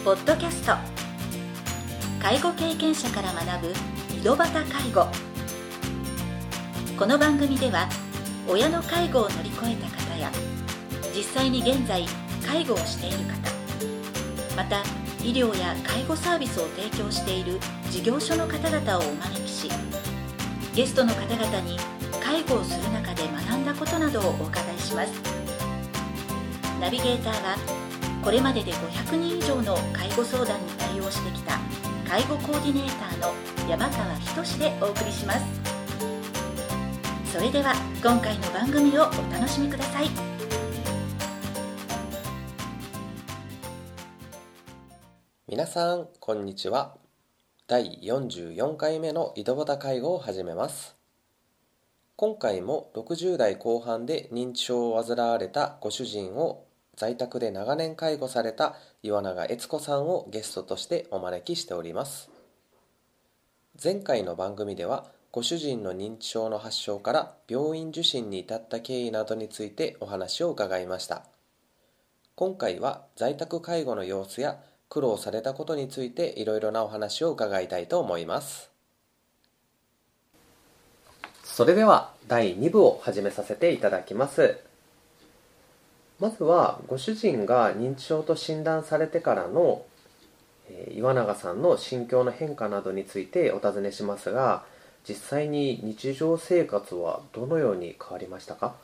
ポッドキャスト、介護経験者から学ぶ井戸端介護。この番組では親の介護を乗り越えた方や実際に現在介護をしている方、また医療や介護サービスを提供している事業所の方々をお招きし、ゲストの方々に介護をする中で学んだことなどをお伺いします。ナビゲーターはこれまでで500人以上の介護相談に対応してきた介護コーディネーターの山川仁でお送りします。それでは今回の番組をお楽しみください。 皆さんこんにちは。第44回目の井戸端介護を始めます。今回も60代後半で認知症を患われたご主人を在宅で長年介護された岩永悦子さんをゲストとしてお招きしております。前回の番組ではご主人の認知症の発症から病院受診に至った経緯などについてお話を伺いました。今回は在宅介護の様子や苦労されたことについていろいろなお話を伺いたいと思います。それでは第2部を始めさせていただきます。まずはご主人が認知症と診断されてからの岩永さんの心境の変化などについてお尋ねしますが、実際に日常生活はどのように変わりましたか？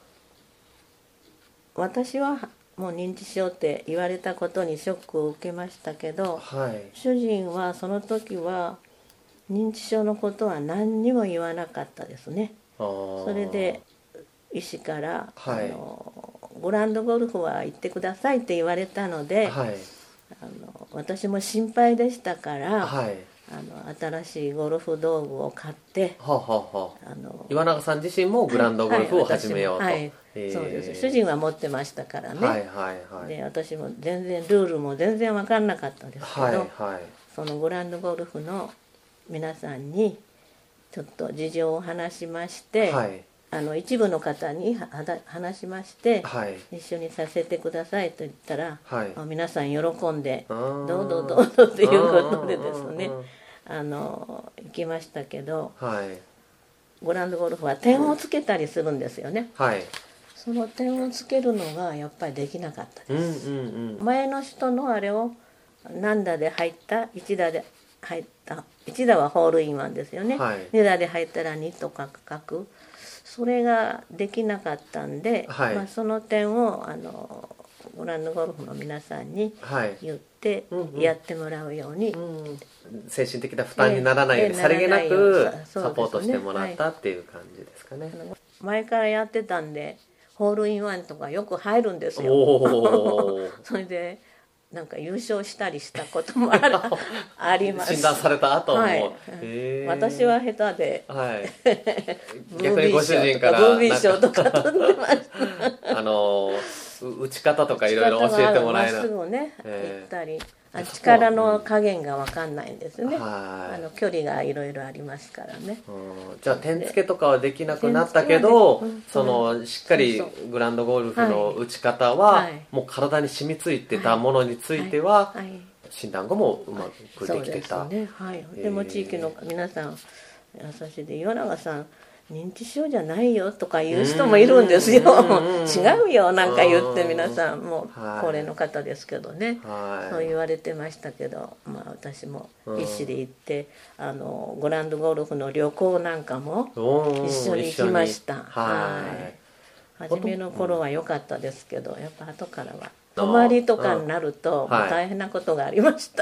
私はもう認知症って言われたことにショックを受けましたけど、主人はその時は認知症のことは何にも言わなかったですね。それで医師から、グランドゴルフは行ってくださいって言われたので、私も心配でしたから、新しいゴルフ道具を買って、 岩永さん自身もグランドゴルフを始めようと。 そうです。主人は持ってましたからね。で、私も全然ルールも全然分かんなかったですけど、そのグランドゴルフの皆さんにちょっと事情を話しまして、一部の方に話しまして、一緒にさせてくださいと言ったら、皆さん喜んでどうぞどうぞということでですね、行きましたけど、グランドゴルフは点をつけたりするんですよね。その点をつけるのがやっぱりできなかったです。前の人のあれを何打で入った1打で入った1打はホールインワンですよね、2打で入ったら2とか書く、それができなかったんで、その点をグランドゴルフの皆さんに言ってやってもらうように、 精神的な負担にならないようにさりげなくサポートしてもらったっていう感じですかね。 前からやってたんでホールインワンとかよく入るんですよ。それでなんか優勝したりしたこともあります。 診断された後も、 私は下手で、 逆にご主人からブービー賞とか取ってました打ち方とかいろいろ教えてもらえない。 まっすぐね、行ったり、力の加減が分かんないんですね。距離がいろいろありますからね。 じゃあ点付けとかはできなくなったけど、しっかりグランドゴルフの打ち方はもう体に染みついてたものについては診断後もうまくできてた。 でも地域の皆さん優しいで、岩永さん認知症じゃないよとか言う人もいるんですよ。違うよなんか言って、皆さんもう高齢の方ですけどね、そう言われてましたけど、私も医師で行ってグランドゴルフの旅行なんかも一緒に行きました。初めの頃は良かったですけど、やっぱ後からは泊まりとかになると大変なことがありました。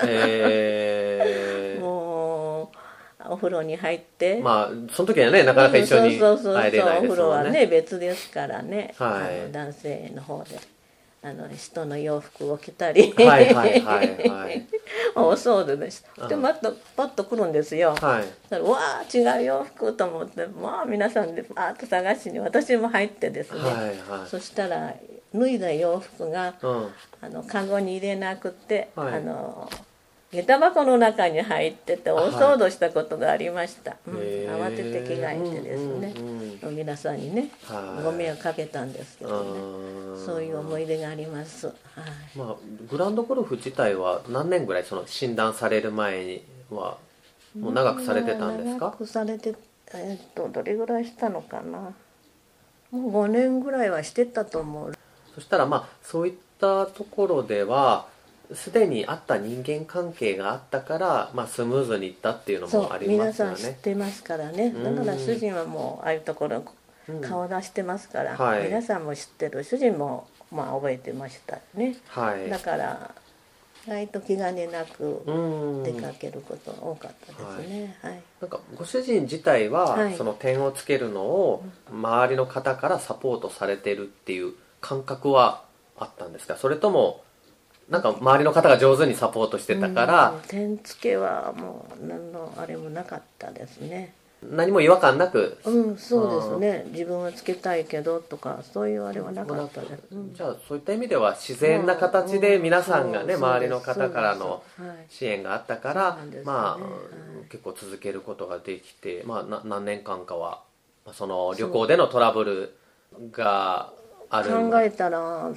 もうお風呂に入って、 その時はねなかなか一緒に入れないですもんね。 お風呂はね別ですからね、男性の方で人の洋服を着たり大騒動でした。でまたパッと来るんですよ。うわー違う洋服と思って、皆さんでパーッと探しに私も入ってですね、そしたら脱いだ洋服がカゴに入れなくて下駄箱の中に入ってて大騒動したことがありました、慌てて着替えてですね、皆さんにねご迷惑かけたんですけどね、そういう思い出があります、 まあ、グランドゴルフ自体は何年ぐらいその診断される前にはもう長くされてたんですか？ 長くされて、どれぐらいしたのかな、もう5年ぐらいはしてたと思う。 そしたらまあそういったところではすでにあった人間関係があったから、まあ、スムーズにいったっていうのもありますよね。 皆さん知ってますからね。だから主人はもうああいうところ顔出してますから、皆さんも知ってる。主人もまあ覚えてましたね、だから意外と気兼ねなく出かけること多かったですね、 なんかご主人自体は、その点をつけるのを周りの方からサポートされてるっていう感覚はあったんですか？それともなんか周りの方が上手にサポートしてたから、 点付けはもう何のあれもなかったですね。 何も違和感なく、 そうですね、自分はつけたいけどとかそういうあれはなかったです、 じゃあそういった意味では自然な形で皆さんがね、周りの方からの支援があったから、まあ、結構続けることができて、まあ、何年間かはその旅行でのトラブルがある、 考えたら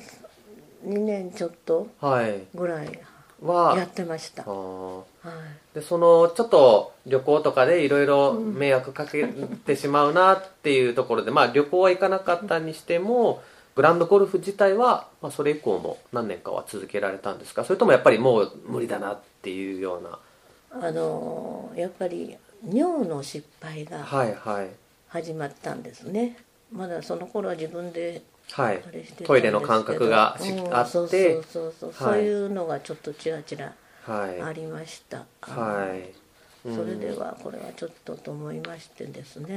2年ちょっとぐらいやってました、 でそのちょっと旅行とかでいろいろ迷惑かけてしまうなっていうところで、まあ旅行は行かなかったにしてもグランドゴルフ自体は、まあ、それ以降も何年かは続けられたんですか？それともやっぱりもう無理だなっていうような。 やっぱり尿の失敗が始まったんですね、まだその頃は自分でトイレの感覚があって、 そういうのがちょっとちらちらありました、それではこれはちょっとと思いましてですね、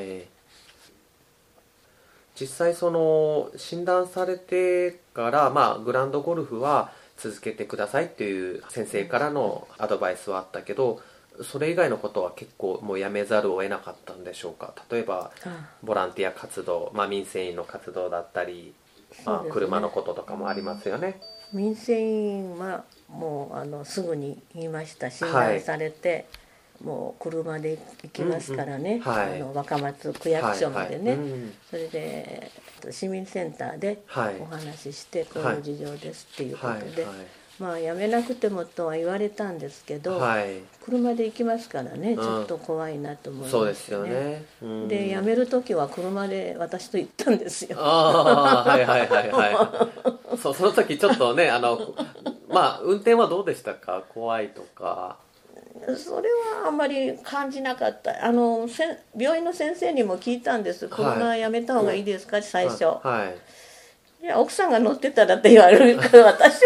実際その診断されてから、まあ、グランドゴルフは続けてくださいっていう先生からのアドバイスはあったけど、それ以外のことは結構もうやめざるを得なかったんでしょうか？例えばボランティア活動、まあ、民生委員の活動だったり、まあ、車のこととかもありますよね。 民生委員はもうすぐに言いました。診断されて、もう車で行きますからね、若松区役所までね、それで市民センターでお話しして、こういう事情ですっていうことで、まあやめなくてもとは言われたんですけど、車で行きますからね、ちょっと怖いなと思いましたね。そうですよね。でやめる時は車で私と行ったんですよ。 その時ちょっとねまあ運転はどうでしたか？怖いとか。 それはあんまり感じなかった。病院の先生にも聞いたんです。車やめた方がいいですか、最初。いや奥さんが乗ってたらって言われるから私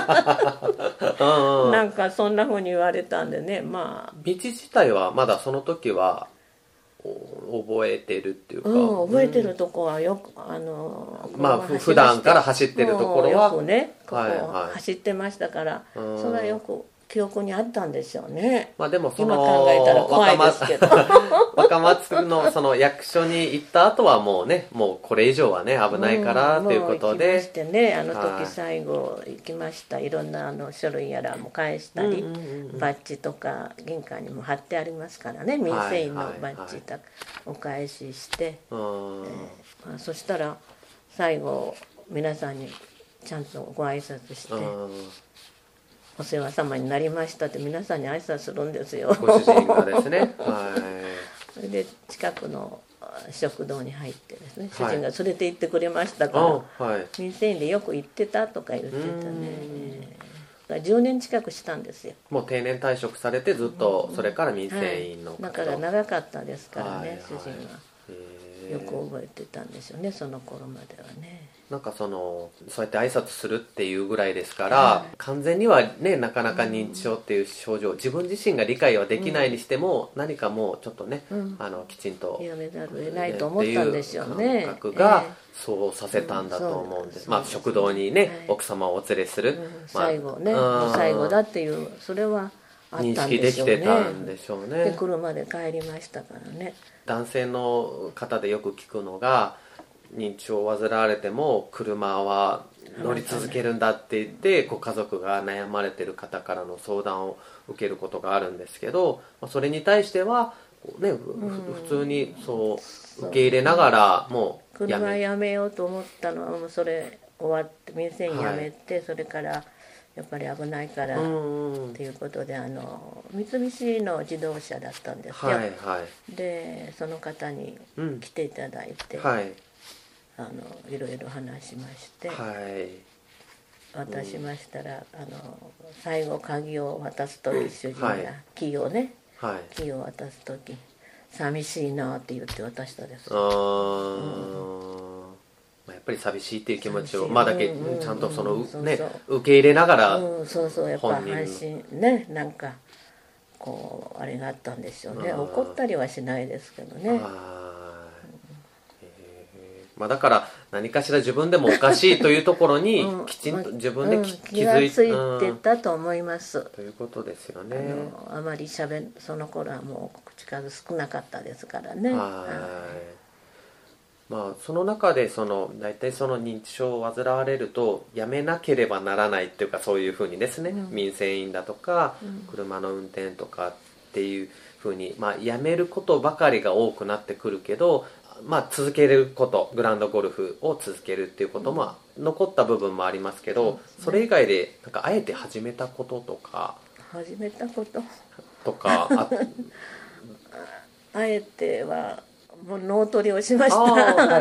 はなんかそんな風に言われたんでね、まあ道自体はまだその時は覚えてるっていうか、 覚えてるとこはよくまあ普段から走ってるところはよくねここ走ってましたから、それはよく記憶にあったんでしょうね。 まあでも今考えたら怖いですけど若松のその役所に行った後はもうね、もうこれ以上はね危ないからということで、 もう行きましてね、時最後行きました。いろんな書類やらも返したり、バッジとか玄関にも貼ってありますからね、民生委員のバッジお返しして、そしたら最後皆さんにちゃんとご挨拶して、お世話様になりましたって皆さんに挨拶するんですよ。 ご主人がですね。 それで近くの食堂に入ってですね、主人が連れて行ってくれましたから、民生委員でよく行ってたとか言ってたね。10年近くしたんですよ。 もう定年退職されてずっとそれから民生委員の、 だから長かったですからね、主人はよく覚えてたんですよね、その頃まではね。 なんかそうやって挨拶するっていうぐらいですから、完全にはねなかなか認知症っていう症状、自分自身が理解はできないにしても、何かもうちょっとね、きちんとやめざるを得ないと思ったんでしょうね。 感覚がそうさせたんだと思うんです。まあ食堂にね、奥様をお連れする、 最後ね、最後だっていうそれはあったんでしょうね。認識できてたんでしょうね。で車で帰りましたからね。 男性の方でよく聞くのが、認知症を患われても車は乗り続けるんだって言ってご家族が悩まれてる方からの相談を受けることがあるんですけど、それに対してはね、普通にそう受け入れながらもう車やめようと思ったのはもうそれ終わって民生委員やめて、はい、それからやっぱり危ないからっていうことで三菱の自動車だったんですよ、はいはい、でその方に来ていただいて、はい、いろいろ話しまして、はい、渡しましたら最後鍵を渡す時主人がキーをね、はい、キーを渡す時寂しいなって言って渡したです。 やっぱり寂しいっていう気持ちをだけちゃんとね受け入れながら、 そうそうやっぱ安心ね、なんかこうあれがあったんでしょうね。怒ったりはしないですけどね。 だから何かしら自分でもおかしいというところにきちんと自分で気がついてたと思います。 ということですよね。 あまりその頃はもう口数少なかったですからね。 その中で大体認知症を患われるとやめなければならないっていうか、そういうふうにですね、民生委員だとか、車の運転とかっていうふうに、やめることばかりが多くなってくるけど、続けること、グラウンドゴルフを続けるっていうことも残った部分もありますけど、それ以外でなんかあえて始めたこととかあえてはもう脳トレをしました。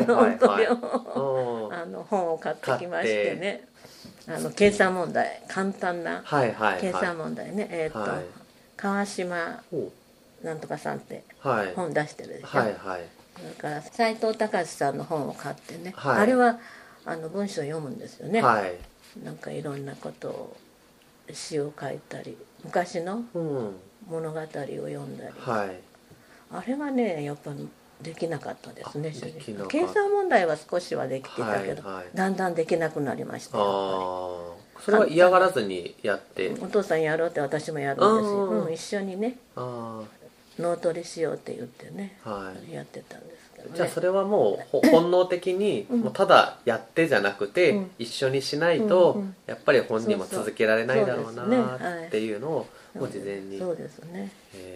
脳トレを本を買ってきましてね、計算問題、簡単な計算問題ね、川島なんとかさんって本出してるでしょ、それから斉藤隆さんの本を買ってね、あれは文章を読むんですよね、なんかいろんなことを詩を書いたり昔の物語を読んだり、あれはねやっぱできなかったですね。計算問題は少しはできてたけど、だんだんできなくなりました。 それは嫌がらずにやって、 お父さんやろうって私もやるんですよ、一緒にね脳トレしようって言ってね、やってたんですけどね。 じゃあそれはもう本能的にもうただやってじゃなくて、一緒にしないとやっぱり本人も続けられないだろうなっていうのをもう事前に。 そうですね。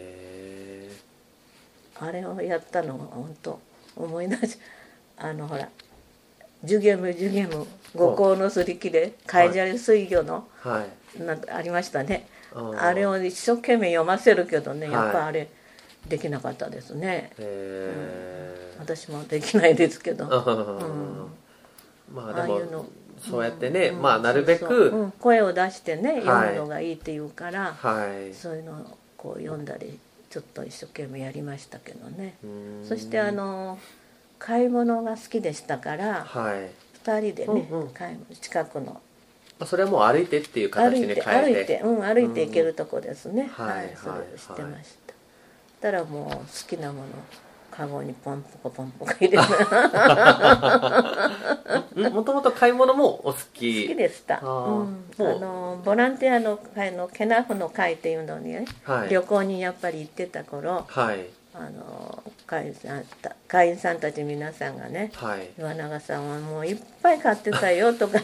あれをやったのが本当思い出し、ほらジュゲム五行のすり切れ海砂利水魚の、なんかありましたね。あれを一生懸命読ませるけどね、やっぱあれできなかったですね。私もできないですけど、でもそうやってね、なるべく声を出してね読むのがいいって言うから、そういうのをこう読んだりちょっと一生懸命やりましたけどね。そして買い物が好きでしたから、2人でね、近くのそれはもう歩いてっていう形に変えて歩いて行けるとこですね。それをしてました。たらもう好きなものカゴにポンポコ入れる。 もともと買い物もお好きでした。ボランティアの会のケナフの会っていうのにね、旅行にやっぱり行ってた頃、会員さんたち皆さんがね、岩永さんはもういっぱい買ってたよとか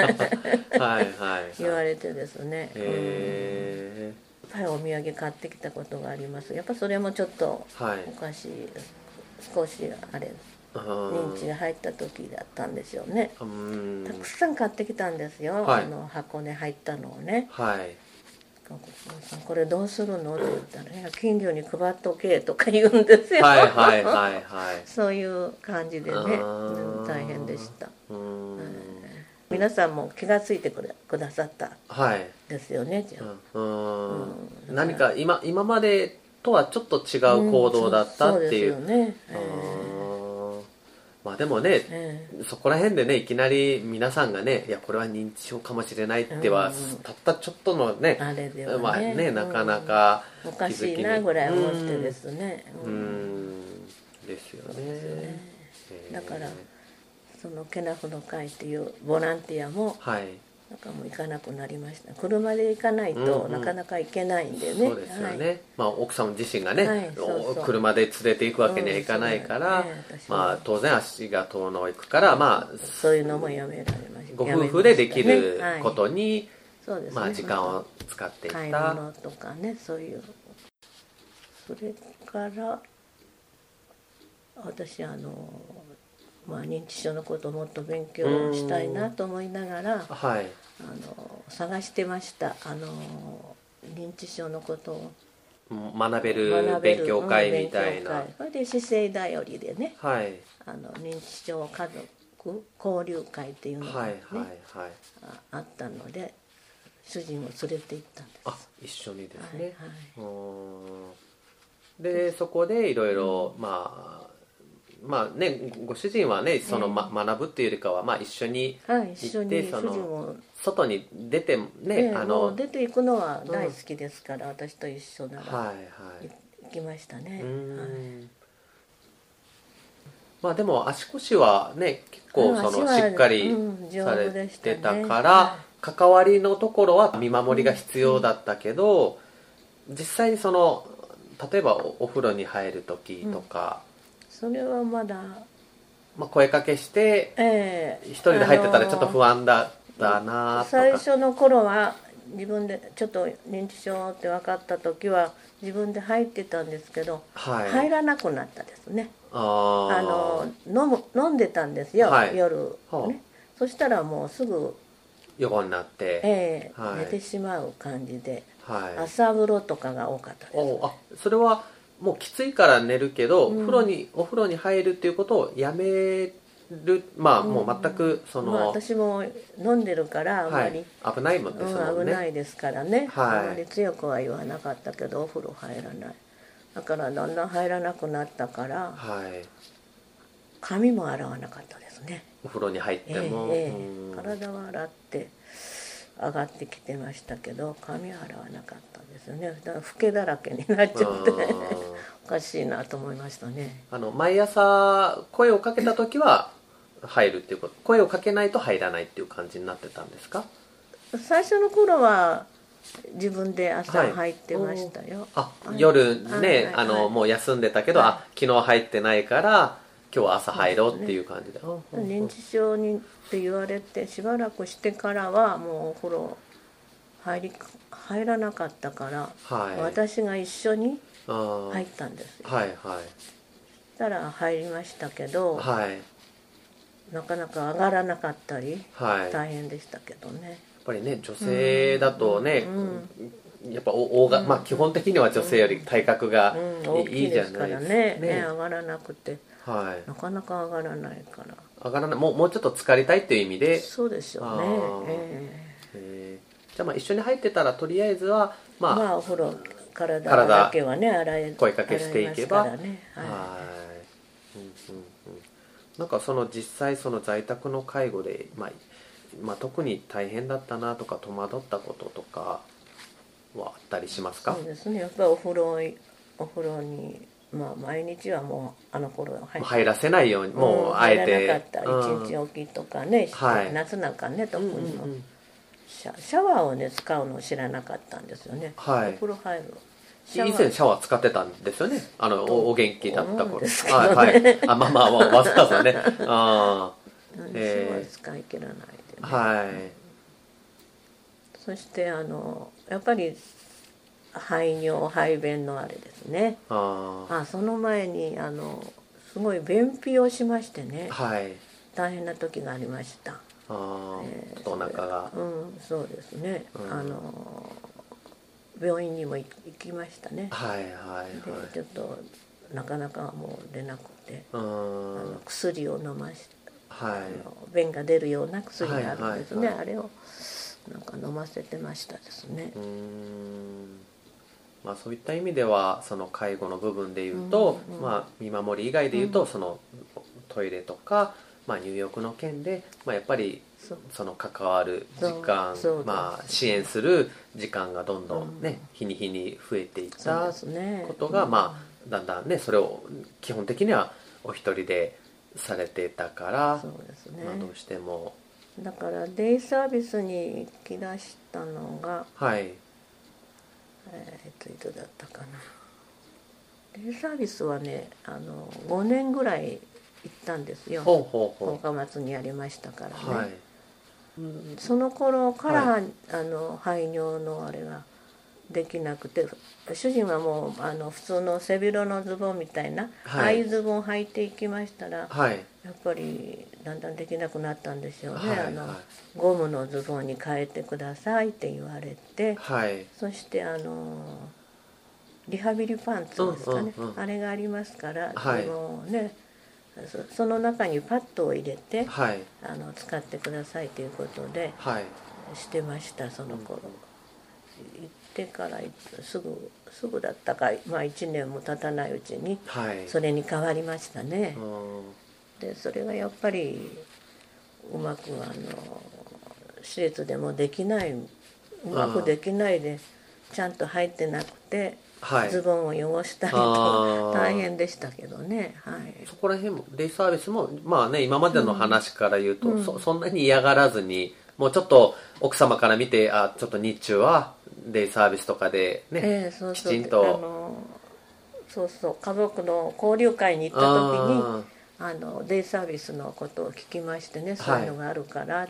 言われてですね、いっぱいお土産買ってきたことがあります。やっぱそれもちょっとおかしい、少しあれ認知が入った時だったんですよね。たくさん買ってきたんですよ、箱根入ったのをね。これどうするのって言ったら「近所に配っとけ」とか言うんですよ。そういう感じでね、大変でした。皆さんも気がついてくださったですよね。じゃあ何か今までとはちょっと違う行動だったっていう。でもね、そこら辺でねいきなり皆さんがね、いやこれは認知症かもしれないっては、たったちょっとのね、 あれではね、 なかなかおかしいなぐらい思ってですね。 ですよね。 だからそのケナフの会っていうボランティアもなんかもう行かなくなりました。車で行かないとなかなか行けないんでね。 そうですよね。奥様自身がね、車で連れて行くわけにはいかないから、当然足が遠のいくから、 そういうのもやめられましご夫婦でできることに、 そうですね、 まあ、時間を使っていた。 買い物とかね、そういう。それから私まあ、認知症のことをもっと勉強したいなと思いながら、 はい、 探してました。認知症のことを学べる勉強会みたいな。 それで姿勢だよりでね、 はい、 認知症家族交流会っていうのがね、 はいはいはい、 あったので主人を連れて行ったんです。 あ、一緒にですね。 はいはい、 でそこでいろいろまあね、ご主人はねその、学ぶっていうよりかは、まあ、一緒に行って、その外に出てね、 もう出ていくのは大好きですから、私と一緒なら、はいはい、行きましたね。はい、 まあでも足腰はね結構しっかりされてたから、関わりのところは見守りが必要だったけど、実際に例えばお風呂に入る時とか、 それはまだ、 まあ、声かけして、一人で入ってたらちょっと不安だったなとか。 最初の頃は自分でちょっと認知症って分かった時は自分で入ってたんですけど、はい、入らなくなったですね。飲んでたんですよ、はい、夜ね。そしたらもうすぐ横になって、 寝てしまう感じで、朝風呂とかが多かったです。 それはもうきついから寝るけど、お風呂に入るっていうことをやめる、まあもう全く私も飲んでるからあまり、 危ないもんですもんね。 危ないですからね、あまり強くは言わなかったけどお風呂入らない。だからだんだん入らなくなったから、髪も洗わなかったですね。 お風呂に入っても、 体は洗って上がってきてましたけど、髪は洗わなかったんですよね。だから老けだらけになっちゃっておかしいなと思いましたね。 毎朝声をかけた時は入るっていうこと、声をかけないと入らないっていう感じになってたんですか？ 最初の頃は自分で朝入ってましたよ。 夜ね、もう休んでたけど、昨日入ってないから今日は朝入ろうっていう感じで、 認知症にって言われてしばらくしてからはもうお風呂入らなかったから、私が一緒に入ったんですよ。そしたら入りましたけど、なかなか上がらなかったり、大変でしたけどね。 やっぱりね、女性だとね、やっぱまあ基本的には女性より体格がいいじゃないですか。 上がらなくて、なかなか上がらないから。 上がらない、もうちょっと浸かりたいっていう意味で。 そうですよね。 じゃあまあ一緒に入ってたらとりあえずはまあお風呂体だけはね声かけしていけば、なんか実際在宅の介護で、まあ特に大変だったなとか戸惑ったこととかはあったりしますか？ そうですね、やっぱりお風呂に、まあ、毎日はもう頃入らせないように、もうあえて入らなかった一日おきとかね、夏なんかね特にもシャワーをね使うのを知らなかったんですよね。お風呂入る以前シャワー使ってたんですよね、お元気だった頃。まあわざわざねシャワー使い切らないでね。そしてやっぱり排尿排便のあれですね。その前にすごい便秘をしましてね、大変な時がありました。 お腹が、 そうですね、病院にも行きましたね。でちょっとなかなかもう出なくて、薬を飲まして、便が出るような薬があるんですね。あれをなんか飲ませてましたですね。 まあ、そういった意味では介護の部分でいうと、まあ、見守り以外でいうと、トイレとか、まあ、入浴の件で、まあ、やっぱり関わる時間、まあ、支援する時間がどんどんね、日に日に増えていったことが、まあ、だんだんねそれを基本的にはお一人でされてたから、まあ、どうしても。 だからデイサービスに行きだしたのが、いつだったかな。デイサービスはね5年ぐらい行ったんですよ。十日町にありましたからね。 その頃から、排尿のあれができなくて、主人はもう普通の背広のズボンみたいな、ああいうズボンを履いていきましたら、やっぱりだんだんできなくなったんですよね。ゴムのズボンに変えてくださいって言われて、そしてリハビリパンツですかね、あれがありますから、もうね、その中にパッドを入れて、使ってくださいということで、してました。その頃行ってからすぐだったか、1年も経たないうちにそれに変わりましたね。でそれがやっぱりうまく施設でもできない、うまくできないでちゃんと入ってなくて、ズボンを汚したりと大変でしたけどね。 そこら辺もデイサービスも今までの話から言うと、そんなに嫌がらずに、もうちょっと奥様から見て、ちょっと日中はデイサービスとかでね、きちんと家族の交流会に行った時にデイサービスのことを聞きましてね、そういうのがあるからって、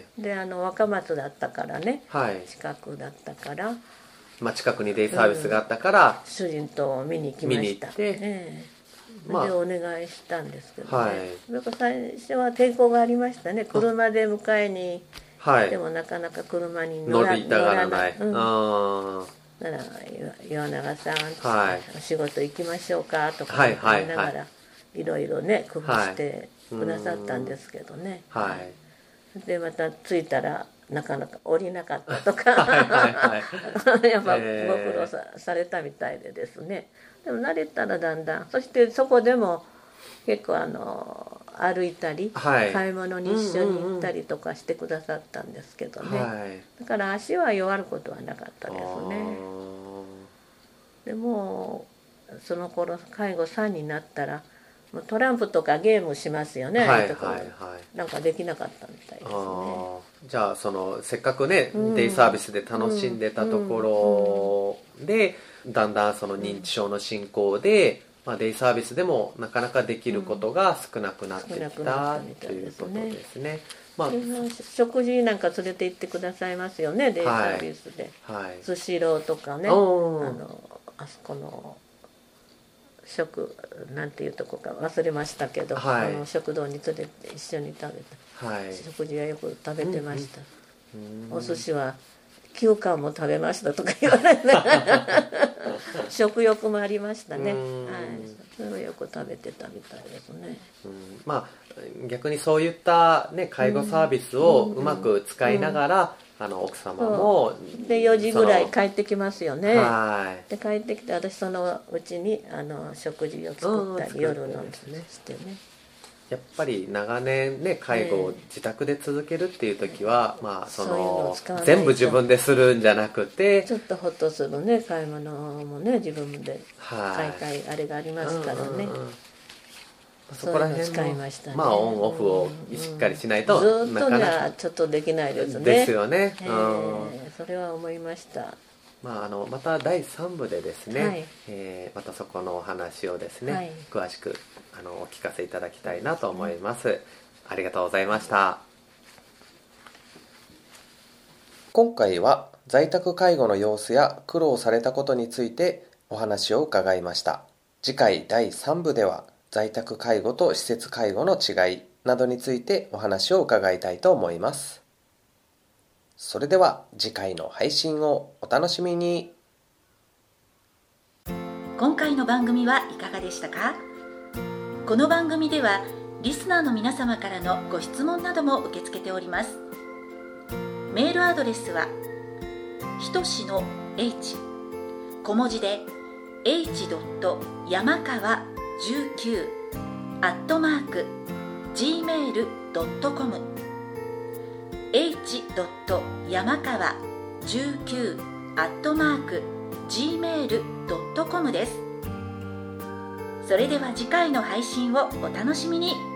で若松だったからね、近くだったから、 近くにデイサービスがあったから、 主人と見に行きました。でお願いしたんですけどね、最初は抵抗がありましたね。車で迎えにでもなかなか車に乗りたがらない。なら岩永さん、お仕事行きましょうかとか言いながらいろいろね工夫してくださったんですけどね。でまた着いたらなかなか降りなかったとかやっぱご苦労されたみたいでですね。でも慣れたらだんだん、そしてそこでも結構歩いたり、買い物に一緒に行ったりとかしてくださったんですけどね、だから足は弱ることはなかったですね。でもその頃介護3になったらトランプとかゲームしますよね、なんかできなかったみたいですね。 じゃあせっかくね、デイサービスで楽しんでたところで、だんだん認知症の進行で、デイサービスでもなかなかできることが少なくなってきたということですね。 食事なんか連れて行ってくださいますよね、デイサービスで。スシローとかね、あそこのなんていうとこか忘れましたけど、食堂に連れて一緒に食べた、食事はよく食べてました。お寿司は9貫も食べましたとか言われて食欲もありましたね。それをよく食べてたみたいですね。 逆にそういった介護サービスをうまく使いながら、奥様もで4時ぐらい帰ってきますよね。で帰ってきて、私そのうちに食事を作ったり、夜のしてね。 やっぱり長年ね、介護を自宅で続けるっていう時は、全部自分でするんじゃなくて、 ちょっとホッとするね、買い物もね自分で買いたいあれがありますからね。 そこら辺のオンオフをしっかりしないとずっとじゃちょっとできないですね。 ですよね。 それは思いました。 また第3部でですね、またそこのお話をですね、詳しくお聞かせいただきたいなと思います。ありがとうございました。今回は在宅介護の様子や苦労されたことについてお話を伺いました。次回第3部では在宅介護と施設介護の違いなどについてお話を伺いたいと思います。それでは次回の配信をお楽しみに。 今回の番組はいかがでしたか？この番組ではリスナーの皆様からのご質問なども受け付けております。メールアドレスはひとしの h 小文字で h. 山川19 @gmail.com h. 山川19 @gmail.com です。それでは次回の配信をお楽しみに。